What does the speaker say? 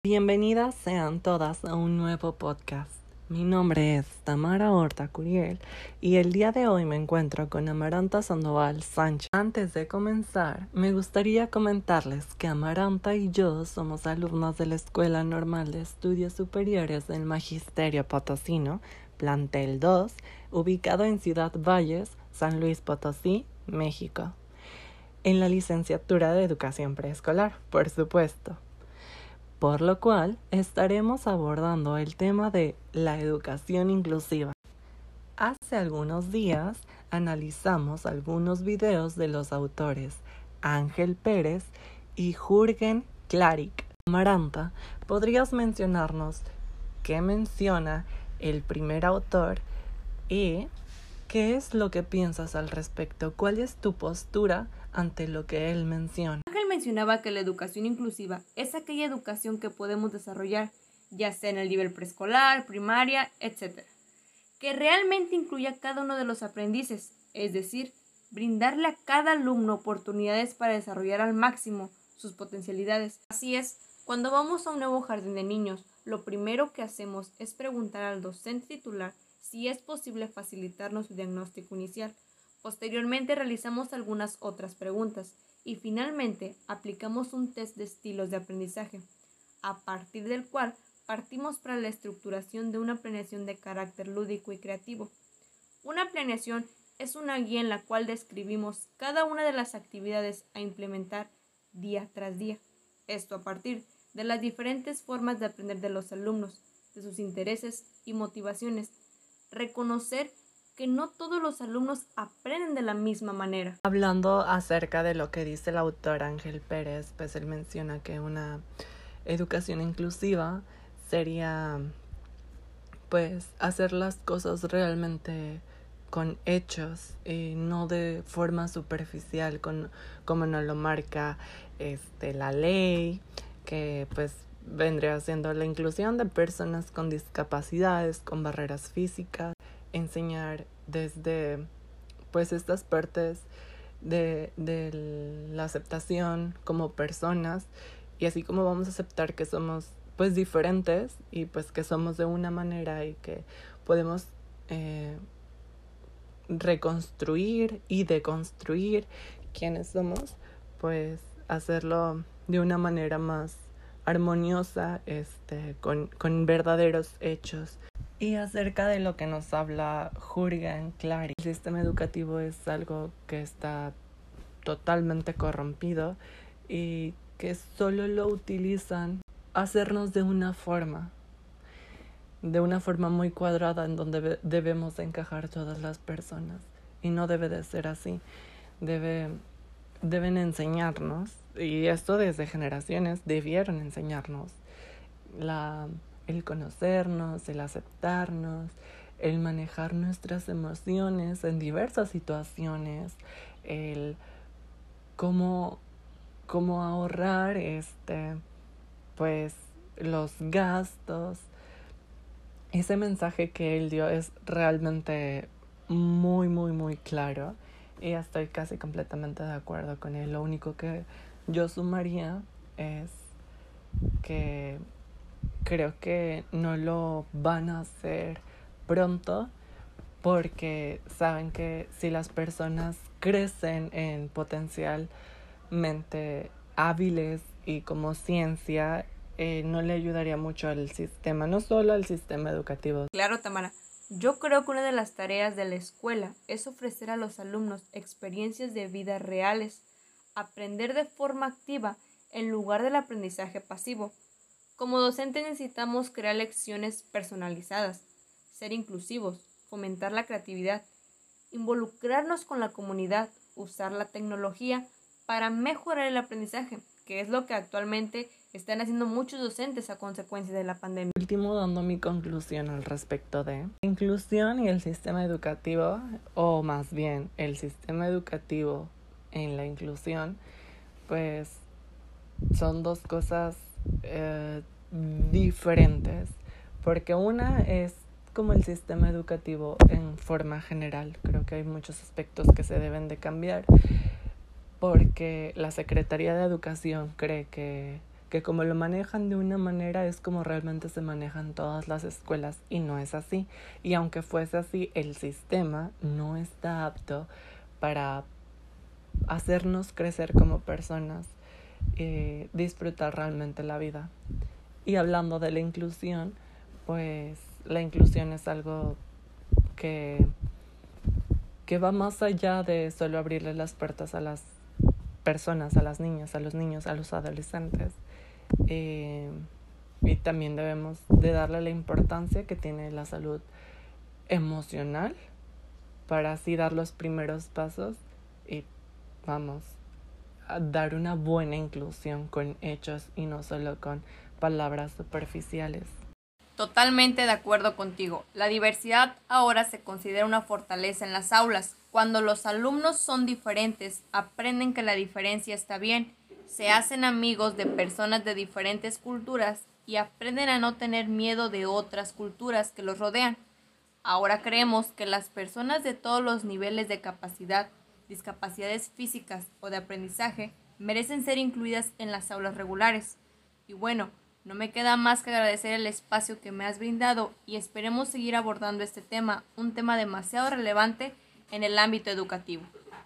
Bienvenidas sean todas a un nuevo podcast. Mi nombre es Tamara Horta Curiel y el día de hoy me encuentro con Amaranta Sandoval Sánchez. Antes de comenzar, me gustaría comentarles que Amaranta y yo somos alumnas de la Escuela Normal de Estudios Superiores del Magisterio Potosino, plantel 2, ubicado en Ciudad Valles, San Luis Potosí, México. En la licenciatura de Educación Preescolar, por supuesto. Por lo cual estaremos abordando el tema de la educación inclusiva. Hace algunos días analizamos algunos videos de los autores Ángel Pérez y Jürgen Klarik. Amaranta, ¿podrías mencionarnos qué menciona el primer autor y qué es lo que piensas al respecto? ¿Cuál es tu postura ante lo que él menciona? Ángel mencionaba que la educación inclusiva es aquella educación que podemos desarrollar, ya sea en el nivel preescolar, primaria, etc., que realmente incluya a cada uno de los aprendices, es decir, brindarle a cada alumno oportunidades para desarrollar al máximo sus potencialidades. Así es, cuando vamos a un nuevo jardín de niños, lo primero que hacemos es preguntar al docente titular si es posible facilitarnos su diagnóstico inicial. Posteriormente realizamos algunas otras preguntas y finalmente aplicamos un test de estilos de aprendizaje, a partir del cual partimos para la estructuración de una planeación de carácter lúdico y creativo. Una planeación es una guía en la cual describimos cada una de las actividades a implementar día tras día. Esto a partir de las diferentes formas de aprender de los alumnos, de sus intereses y motivaciones. Reconocer que no todos los alumnos aprenden de la misma manera. Hablando acerca de lo que dice el autor Ángel Pérez, pues él menciona que una educación inclusiva sería pues hacer las cosas realmente con hechos y no de forma superficial como nos lo marca la ley, que pues vendría siendo la inclusión de personas con discapacidades, con barreras físicas, enseñar desde pues estas partes de la aceptación como personas, y así como vamos a aceptar que somos pues diferentes y pues que somos de una manera y que podemos reconstruir y deconstruir quiénes somos, pues hacerlo de una manera más armoniosa, con verdaderos hechos. Y acerca de lo que nos habla Jürgen Klarik, el sistema educativo es algo que está totalmente corrompido y que solo lo utilizan hacernos de una forma muy cuadrada en donde debemos encajar todas las personas, y no debe de ser así. Deben enseñarnos, y esto desde generaciones debieron enseñarnos el conocernos, el aceptarnos, el manejar nuestras emociones en diversas situaciones, el cómo ahorrar pues los gastos. Ese mensaje que él dio es realmente muy, muy, muy claro, y estoy casi completamente de acuerdo con él. Lo único que yo sumaría es que creo que no lo van a hacer pronto, porque saben que si las personas crecen en potencialmente hábiles y como ciencia, no le ayudaría mucho al sistema, no solo al sistema educativo. Claro, Tamara. Yo creo que una de las tareas de la escuela es ofrecer a los alumnos experiencias de vida reales, aprender de forma activa en lugar del aprendizaje pasivo. Como docente necesitamos crear lecciones personalizadas, ser inclusivos, fomentar la creatividad, involucrarnos con la comunidad, usar la tecnología para mejorar el aprendizaje, que es lo que actualmente están haciendo muchos docentes a consecuencia de la pandemia. Último, dando mi conclusión al respecto de la inclusión y el sistema educativo, o más bien el sistema educativo en la inclusión, pues son dos cosas diferentes, porque una es como el sistema educativo en forma general. Creo que hay muchos aspectos que se deben de cambiar, porque la Secretaría de Educación cree que que como lo manejan de una manera es como realmente se manejan todas las escuelas, y no es así. Y aunque fuese así, el sistema no está apto para hacernos crecer como personas, disfrutar realmente la vida. Y hablando de la inclusión, pues la inclusión es algo que va más allá de solo abrirle las puertas a las personas, a las niñas, a los niños, a los adolescentes. Y también debemos de darle la importancia que tiene la salud emocional para así dar los primeros pasos y vamos a dar una buena inclusión con hechos y no solo con palabras superficiales. Totalmente de acuerdo contigo. La diversidad ahora se considera una fortaleza en las aulas. Cuando los alumnos son diferentes, aprenden que la diferencia está bien, se hacen amigos de personas de diferentes culturas y aprenden a no tener miedo de otras culturas que los rodean. Ahora creemos que las personas de todos los niveles de capacidad, discapacidades físicas o de aprendizaje merecen ser incluidas en las aulas regulares. Y bueno, no me queda más que agradecer el espacio que me has brindado y esperemos seguir abordando este tema, un tema demasiado relevante en el ámbito educativo.